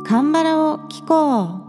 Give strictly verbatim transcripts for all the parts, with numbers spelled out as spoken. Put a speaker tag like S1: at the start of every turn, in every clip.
S1: カンバラを聞こう。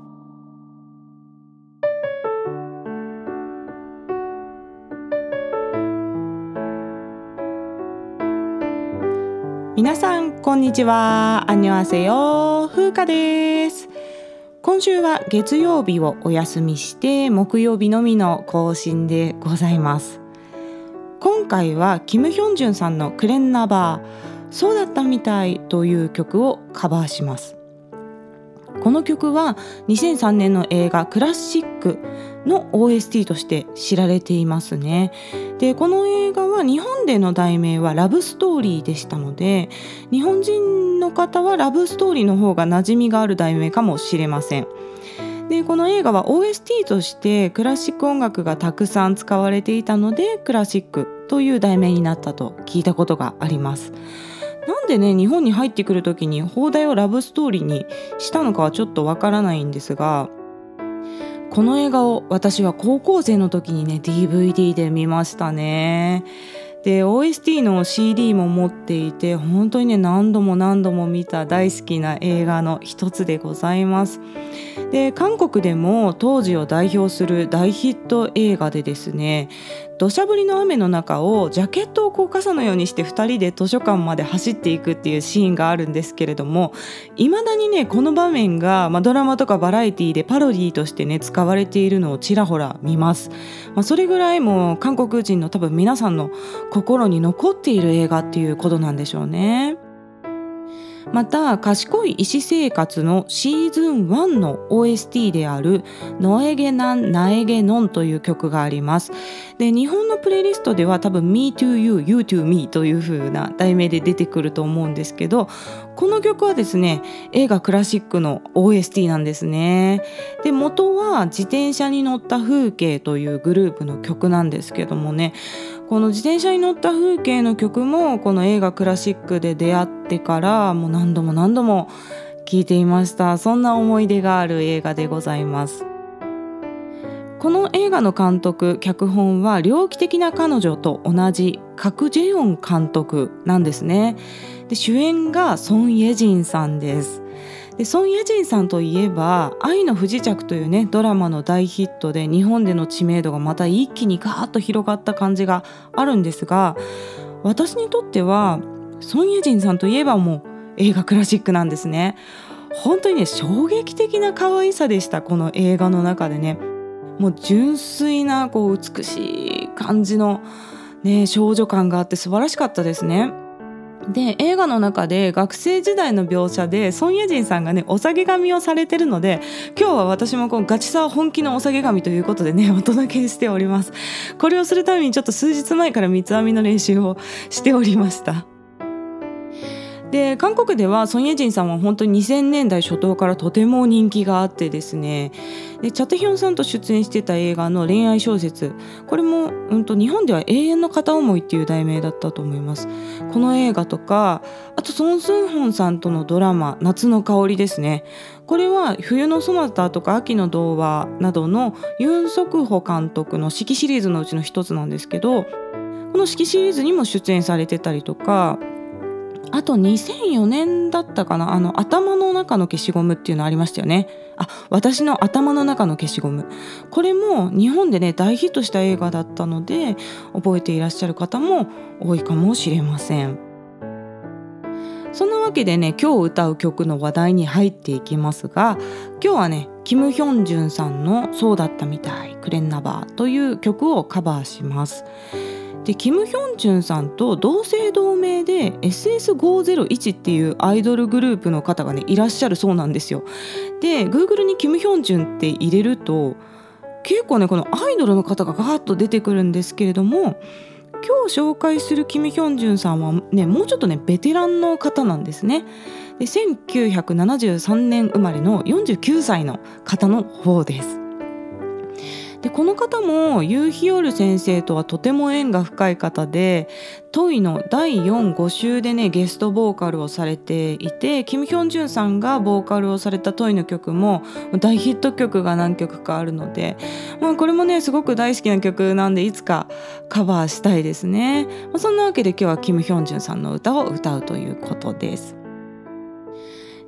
S1: 皆さんこんにちは。アンニョンハセヨ、風花です。今週は月曜日をお休みして木曜日のみの更新でございます。今回はキム・ヒョンジュンさんのクレンナバー、そうだったみたいという曲をカバーします。この曲はにせんさんねんの映画クラシックの オーエスティー として知られていますね。で、この映画は日本での題名はラブストーリーでしたので、日本人の方はラブストーリーの方が馴染みがある題名かもしれません。で、この映画は オーエスティー としてクラシック音楽がたくさん使われていたので、クラシックという題名になったと聞いたことがあります。なんでね、日本に入ってくるときに邦題をラブストーリーにしたのかはちょっとわからないんですが、この映画を私は高校生の時にね ディーブイディー で見ましたね。で オーエスティー の シーディー も持っていて、本当にね何度も何度も見た大好きな映画の一つでございます。で、韓国でも当時を代表する大ヒット映画でですね、土砂降りの雨の中をジャケットをこう傘のようにしてふたりで図書館まで走っていくっていうシーンがあるんですけれども、未だにねこの場面が、まあ、ドラマとかバラエティでパロディとしてね使われているのをちらほら見ます。まあ、それぐらいもう韓国人の多分皆さんの心に残っている映画っていうことなんでしょうね。また、賢い医師生活のシーズンワンの オーエスティー であるノエゲナンナエゲノンという曲があります。で、日本のプレイリストでは多分 Me to You, You to Me という風な題名で出てくると思うんですけど、この曲はですね、映画クラシックの オーエスティー なんですね。で、元は自転車に乗った風景というグループの曲なんですけどもね、この自転車に乗った風景の曲もこの映画クラシックで出会ってからもう何度も何度も聴いていました。そんな思い出がある映画でございます。この映画の監督、脚本は猟奇的な彼女と同じカク・ジェヨン監督なんですね。で、主演がソン・イェジンさんです。で、ソン・イェジンさんといえば愛の不時着というねドラマの大ヒットで日本での知名度がまた一気にガーッと広がった感じがあるんですが、私にとってはソン・イェジンさんといえばもう映画クラシックなんですね。本当にね衝撃的な可愛さでした。この映画の中でね、もう純粋なこう美しい感じの、ね、少女感があって素晴らしかったですね。で、映画の中で学生時代の描写でソン・イェジンさんがねお下げ髪をされてるので、今日は私もこうガチさは本気のお下げ髪ということでねお届けしております。これをするためにちょっと数日前から三つ編みの練習をしておりました。で、韓国ではソン・イェジンさんは本当ににせんねんだい初頭からとても人気があってですね、でチャテヒョンさんと出演してた映画の恋愛小説、これも、うん、と日本では永遠の片思いっていう題名だったと思います。この映画とか、あとソン・スンホンさんとのドラマ夏の香りですね。これは冬のソナタとか秋の童話などのユン・ソクホ監督の四季シリーズのうちの一つなんですけど、この四季シリーズにも出演されてたりとか、あとにせんよねんだったかな、あの頭の中の消しゴムっていうのありましたよね。あ、私の頭の中の消しゴム、これも日本でね大ヒットした映画だったので覚えていらっしゃる方も多いかもしれません。そんなわけでね、今日歌う曲の話題に入っていきますが、今日はねキム・ヒョンジュンさんのそうだったみたいクレンナバーという曲をカバーします。で、キム・ヒョンジュンさんと同姓同名で エスエスごーぜろいち っていうアイドルグループの方がねいらっしゃるそうなんですよ。で、Google にキム・ヒョンジュンって入れると結構ねこのアイドルの方がガーッと出てくるんですけれども、今日紹介するキム・ヒョンジュンさんはねもうちょっとねベテランの方なんですね。で、せんきゅうひゃくななじゅうさんねん生まれのよんじゅうきゅうさいの方の方です。で、この方もユーヒヨル先生とはとても縁が深い方で、トイのだいよん、ご週でねゲストボーカルをされていて、キム・ヒョンジュンさんがボーカルをされたトイの曲も大ヒット曲が何曲かあるので、まあ、これもねすごく大好きな曲なんでいつかカバーしたいですね。まあ、そんなわけで今日はキム・ヒョンジュンさんの歌を歌うということです。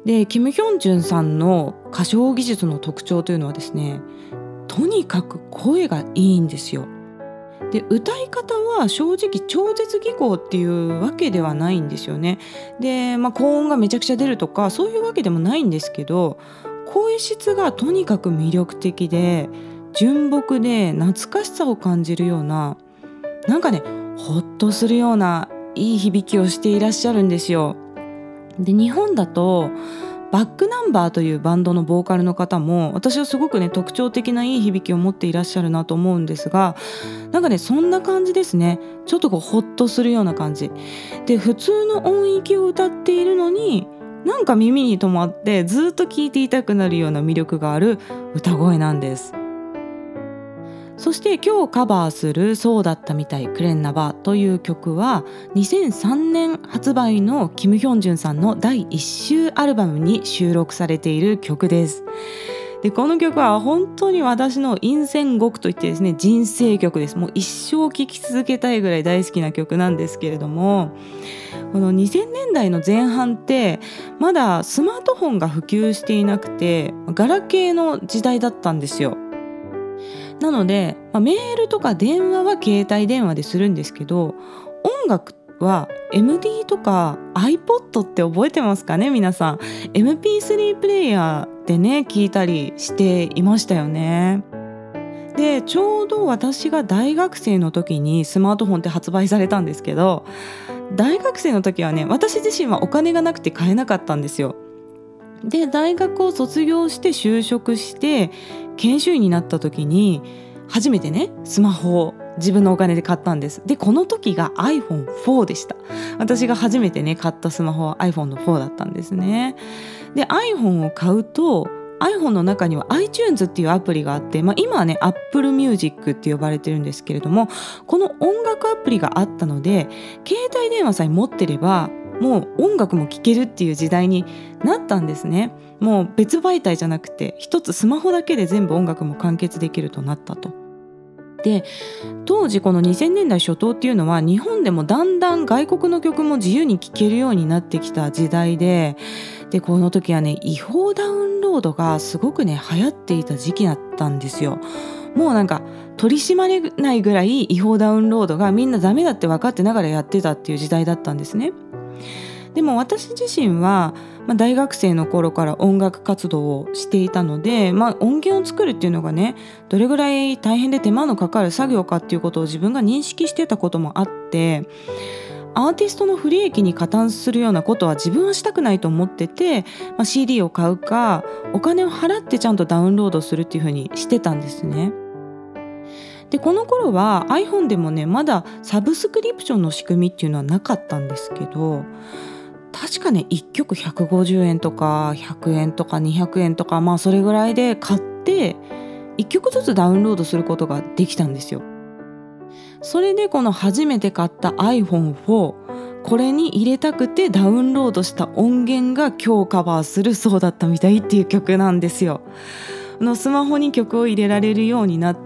S1: でキム・ヒョンジュンさんの歌唱技術の特徴というのはですね、とにかく声がいいんですよ。で歌い方は正直超絶技巧っていうわけではないんですよね。で、まあ、高音がめちゃくちゃ出るとかそういうわけでもないんですけど、声質がとにかく魅力的で純朴で懐かしさを感じるような、なんかねほっとするようないい響きをしていらっしゃるんですよ。で日本だとバックナンバーというバンドのボーカルの方も私はすごくね特徴的ないい響きを持っていらっしゃるなと思うんですが、なんかねそんな感じですね。ちょっとこうホッとするような感じで、普通の音域を歌っているのになんか耳に留まってずっと聴いていたくなるような魅力がある歌声なんです。そして今日カバーするそうだったみたいクレンナバという曲はにせんさんねん発売のキム・ヒョンジュンさんのだいいっ週アルバムに収録されている曲です。でこの曲は本当に私の陰線極といってですね、人生曲です。もう一生聴き続けたいぐらい大好きな曲なんですけれども、このにせんねんだいの前半ってまだスマートフォンが普及していなくてガラケーの時代だったんですよ。なので、まあ、メールとか電話は携帯電話でするんですけど、音楽は エムディー とか iPod って覚えてますかね皆さん。 エムピースリー プレイヤーでね聞いたりしていましたよね。でちょうど私が大学生の時にスマートフォンって発売されたんですけど、大学生の時はね私自身はお金がなくて買えなかったんですよ。で大学を卒業して就職して研修医になった時に初めてねスマホを自分のお金で買ったんです。でこの時が アイフォンフォー でした。私が初めてね買ったスマホは アイフォン のフォーだったんですね。で iPhone を買うと iPhone の中には iTunes っていうアプリがあって、まあ、今はね Apple Music って呼ばれてるんですけれども、この音楽アプリがあったので携帯電話さえ持ってればもう音楽も聴けるっていう時代になったんですね。もう別媒体じゃなくて一つスマホだけで全部音楽も完結できるとなったと。で当時このにせんねんだい初頭っていうのは日本でもだんだん外国の曲も自由に聴けるようになってきた時代で、でこの時はね違法ダウンロードがすごくね流行っていた時期だったんですよ。もうなんか取り締まれないぐらい違法ダウンロードがみんなダメだって分かってながらやってたっていう時代だったんですね。でも私自身は、まあ、大学生の頃から音楽活動をしていたので、まあ、音源を作るっていうのがねどれぐらい大変で手間のかかる作業かっていうことを自分が認識してたこともあって、アーティストの不利益に加担するようなことは自分はしたくないと思ってて、まあ、シーディー を買うかお金を払ってちゃんとダウンロードするっていうふうにしてたんですね。でこの頃は iPhone でもねまだサブスクリプションの仕組みっていうのはなかったんですけど、確かねいっきょくひゃくごじゅうえんとかひゃくえんとかにひゃくえんとか、まあそれぐらいで買っていっきょくずつダウンロードすることができたんですよ。それでこの初めて買った アイフォンフォー、 これに入れたくてダウンロードした音源が今日カバーするそうだったみたいっていう曲なんですよ。のスマホに曲を入れられるようになって、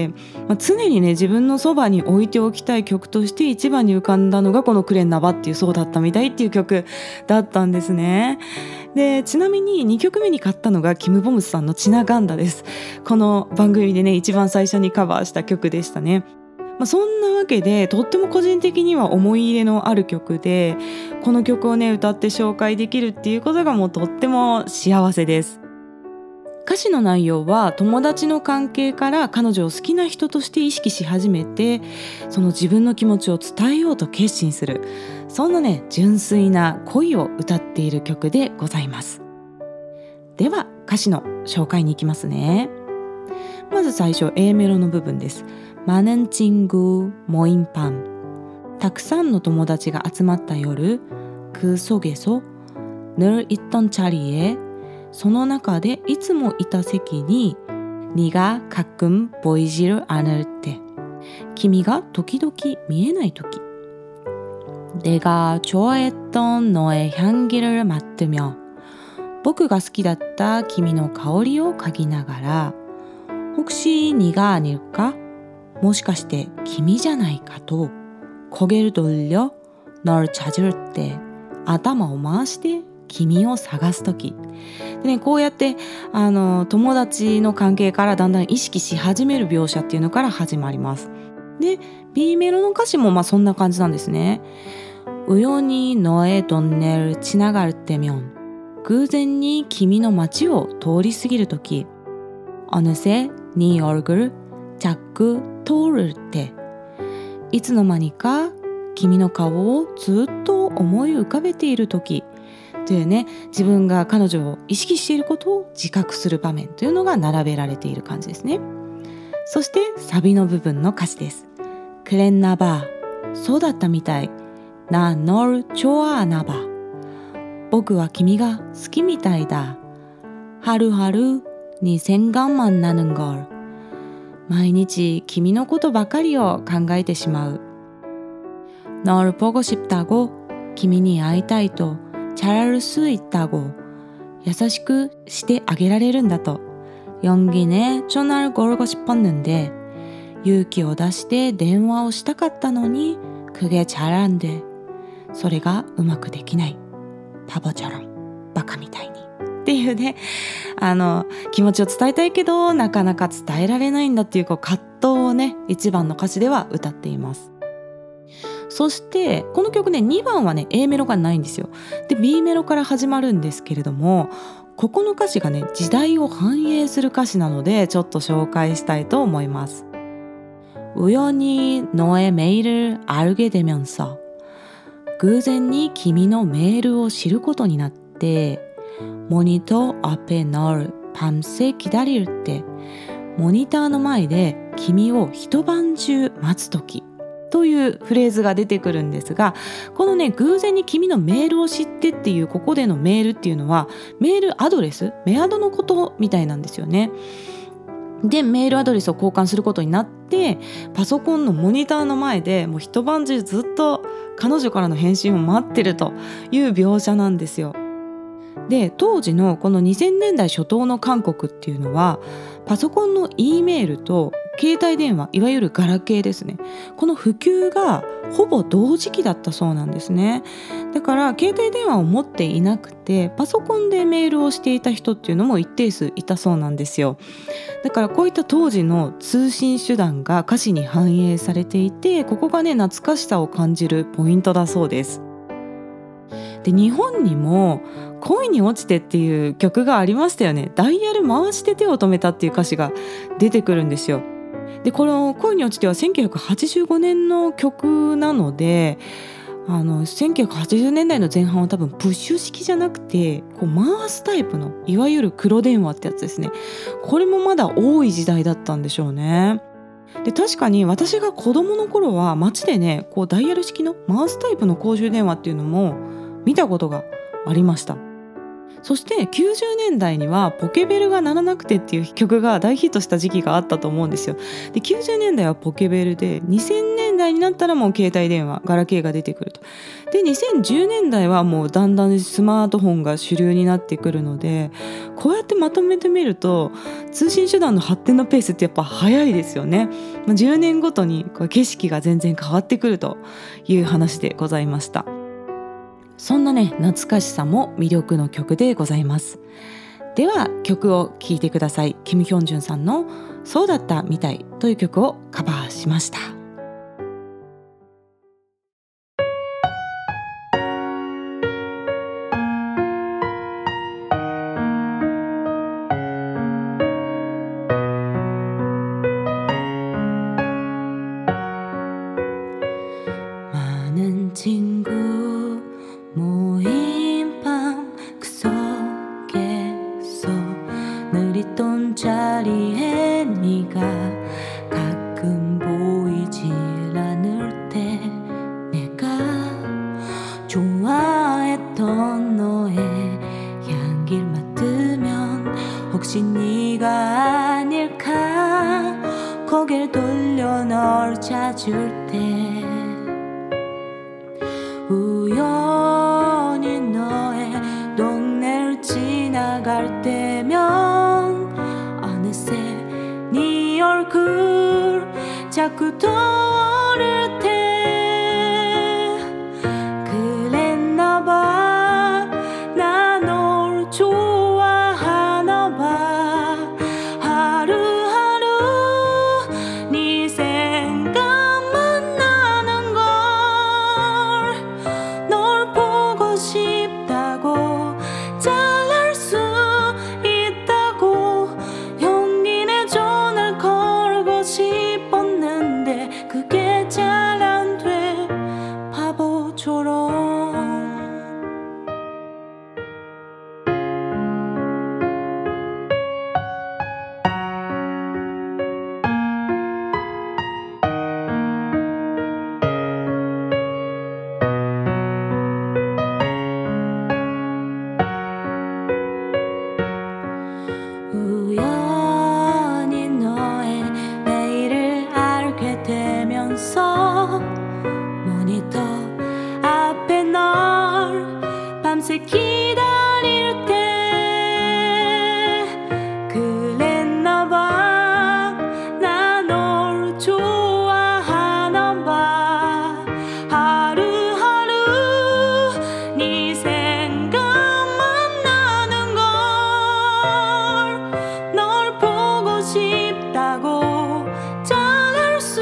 S1: まあ、常にね自分のそばに置いておきたい曲として一番に浮かんだのがこのクレンナバっていうそうだったみたいっていう曲だったんですね。でちなみににきょくめに買ったのがキム・ボムスさんのチナガンダです。この番組でね一番最初にカバーした曲でしたね。まあ、そんなわけでとっても個人的には思い入れのある曲で、この曲をね歌って紹介できるっていうことがもうとっても幸せです。歌詞の内容は友達の関係から彼女を好きな人として意識し始めて、その自分の気持ちを伝えようと決心する、そんなね純粋な恋を歌っている曲でございます。では歌詞の紹介に行きますね。まず最初 A メロの部分です。많은 친구 모임 밤、 たくさんの友達が集まった夜、그 속에서 늘 있던 자리에、その中でいつもいた席に네가 가끔 보이지를 않을 때、 君が時々見えない時、내가 좋아했던 너의 향기를 맡으며、 僕が好きだった君の香りを嗅ぎながら、혹시 네가 아닐까、 もしかして君じゃないかと고개를 돌려 널 찾을 때頭を回して君を探す時で、ね、こうやってあの友達の関係からだんだん意識し始める描写っていうのから始まります。で B メロの歌詞もまあそんな感じなんですね。우연히 너의 동네를 지나갈 때면偶然に君の街を通り過ぎるとき어느새 네 얼굴 자꾸 떠오를 때いつの間にか君の顔をずっと思い浮かべているときというね、自分が彼女を意識していることを自覚する場面というのが並べられている感じですね。そしてサビの部分の歌詞です。그랬나봐そうだったみたい나 널 좋아하나 봐僕は君が好きみたいだ하루하루 네 생각만 나는 걸毎日君のことばかりを考えてしまう널 보고 싶다고君に会いたいと잘할 수 있다고優しくしてあげられるんだと용기 내 전화를 걸고 싶었는데勇気を出して電話をしたかったのに그게 잘 안 돼それがうまくできない바보처럼バカみたいにっていうね、あの気持ちを伝えたいけどなかなか伝えられないんだっていう、こう葛藤をねいちばんの歌詞では歌っています。そしてこの曲ねにばんはね A メロがないんですよ。で B メロから始まるんですけれども、ここの歌詞がね時代を反映する歌詞なのでちょっと紹介したいと思います。우연히 너의 메일을 알게 되면서偶然に君のメールを知ることになってモニター앞에 널 밤새 기다릴 때モニターの前で君を一晩中待つときというフレーズが出てくるんですが、このね偶然に君のメールを知ってっていうここでのメールっていうのはメールアドレスメアドのことみたいなんですよね。でメールアドレスを交換することになってパソコンのモニターの前でもう一晩中ずっと彼女からの返信を待ってるという描写なんですよ。で当時のこのにせんねんだい初頭の韓国っていうのはパソコンの E メールと携帯電話いわゆるガラケーですね、この普及がほぼ同時期だったそうなんですね。だから携帯電話を持っていなくてパソコンでメールをしていた人っていうのも一定数いたそうなんですよ。だからこういった当時の通信手段が歌詞に反映されていて、ここがね懐かしさを感じるポイントだそうです。で日本にも恋に落ちてっていう曲がありましたよね。ダイヤル回して手を止めたっていう歌詞が出てくるんですよ。でこの恋に落ちてはせんきゅうひゃくはちじゅうごねんの曲なので、あのせんきゅうひゃくはちじゅうねんだいの前半は多分プッシュ式じゃなくてこう回すタイプのいわゆる黒電話ってやつですね。これもまだ多い時代だったんでしょうね。で確かに私が子供の頃は街でねこうダイヤル式の回すタイプの公衆電話っていうのも見たことがありました。そしてきゅうじゅうねんだいにはポケベルが鳴らなくてっていう曲が大ヒットした時期があったと思うんですよ。できゅうじゅうねんだいはポケベルでにせんねんだいになったらもう携帯電話ガラケーが出てくると。でにせんじゅうねんだいはもうだんだんスマートフォンが主流になってくるので、こうやってまとめてみると通信手段の発展のペースってやっぱ早いですよね。じゅうねんごとにこう景色が全然変わってくるという話でございました。そんなね懐かしさも魅力の曲でございます。では曲を聴いてください。キム・ヒョンジュンさんのそうだったみたいという曲をカバーしました。많은 친구 모인 밤 그 속에서 늘 있던 자리에 네가 가끔 보이질 않을 때 내가 좋아했던 너의 향기를 맡으면 혹시 네가 아닐까 고개를 돌려 널 찾을 때 우연히 너의 동네를 지나갈 때면 어느새 네 얼굴 자꾸 떠오를 때 그랬나봐 나 모니터 앞에 널 밤새 기다릴 때 그랬나봐 나 널 좋아하나봐 하루하루 네 생각만 나는 걸 널 보고 싶다고 잘할 수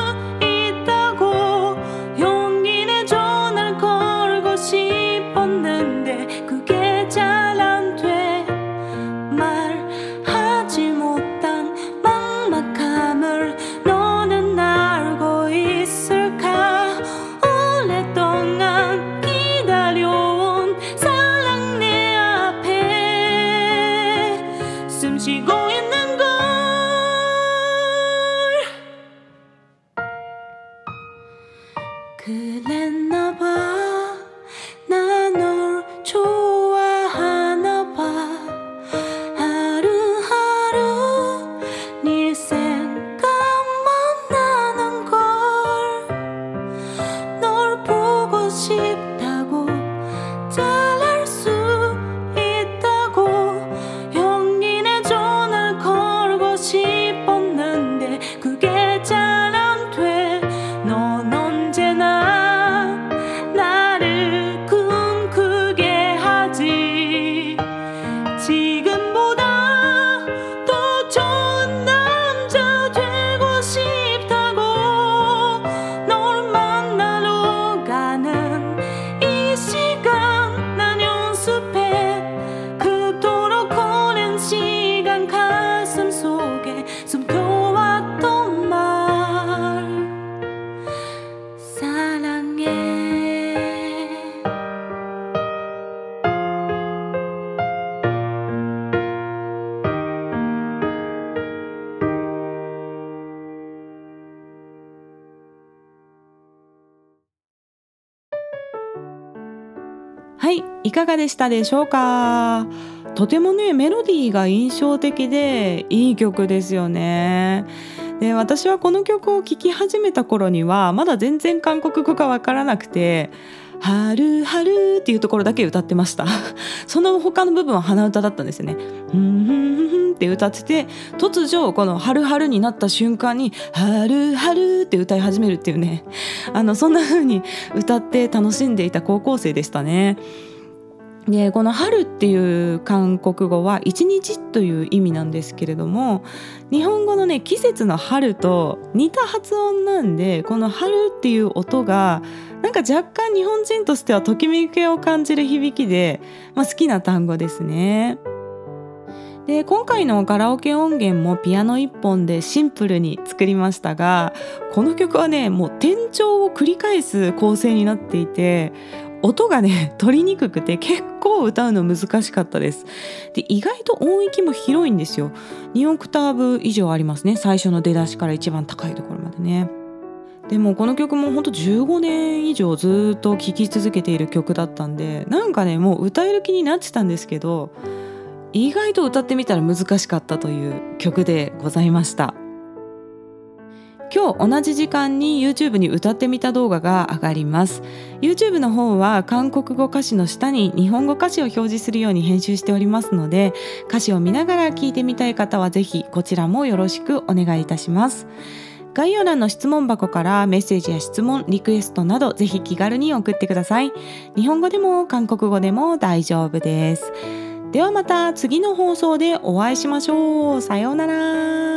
S1: 있다고 용기 내줘 날 걸고 싶었는데 그게 잘 안 돼 말하지 못한 막막함을 너는 알고 있을까 오랫동안 기다려온 사랑 내 앞에 숨쉬고 있는 걸 그랬나봐 나 널 좋아하나봐 하루하루 네 생각만 나는 걸 널 보고 싶다고 잘할 수 있다고 용기 내줘 날 걸고 싶었는데 그게 잘 안 돼 넌 언제나 나를 꿈꾸게 하지 지금보다 더 좋은 남자 되고 싶다고 널 만나러 가는 이 시간 난 연습해 그토록 오랜 시간 가슴 속에 숨겨왔던 말 사랑해はい、いかがでしたでしょうか。とてもねメロディーが印象的でいい曲ですよね。で私はこの曲を聴き始めた頃にはまだ全然韓国語がわからなくて春春っていうところだけ歌ってましたその他の部分は鼻歌だったんですよね。ふんふんふんふんって歌ってて突如この春春になった瞬間に春春って歌い始めるっていうねあのそんな風に歌って楽しんでいた高校生でしたね。でこの春っていう韓国語は一日という意味なんですけれども日本語のね季節の春と似た発音なんでこの春っていう音がなんか若干日本人としてはときめきを感じる響きで、まあ、好きな単語ですね。で今回のカラオケ音源もピアノ一本でシンプルに作りましたがこの曲はねもう転調を繰り返す構成になっていて音がね取りにくくて結構歌うの難しかったです。で意外と音域も広いんですよ。にオクターブ以上ありますね。最初の出だしから一番高いところまでね。でもこの曲もほんとじゅうごねん以上ずっと聴き続けている曲だったんでなんかねもう歌える気になってたんですけど意外と歌ってみたら難しかったという曲でございました。今日同じ時間に YouTube に歌ってみた動画が上がります。 YouTube の方は韓国語歌詞の下に日本語歌詞を表示するように編集しておりますので歌詞を見ながら聞いてみたい方はぜひこちらもよろしくお願いいたします。概要欄の質問箱からメッセージや質問、リクエストなどぜひ気軽に送ってください。日本語でも韓国語でも大丈夫です。ではまた次の放送でお会いしましょう。さようなら。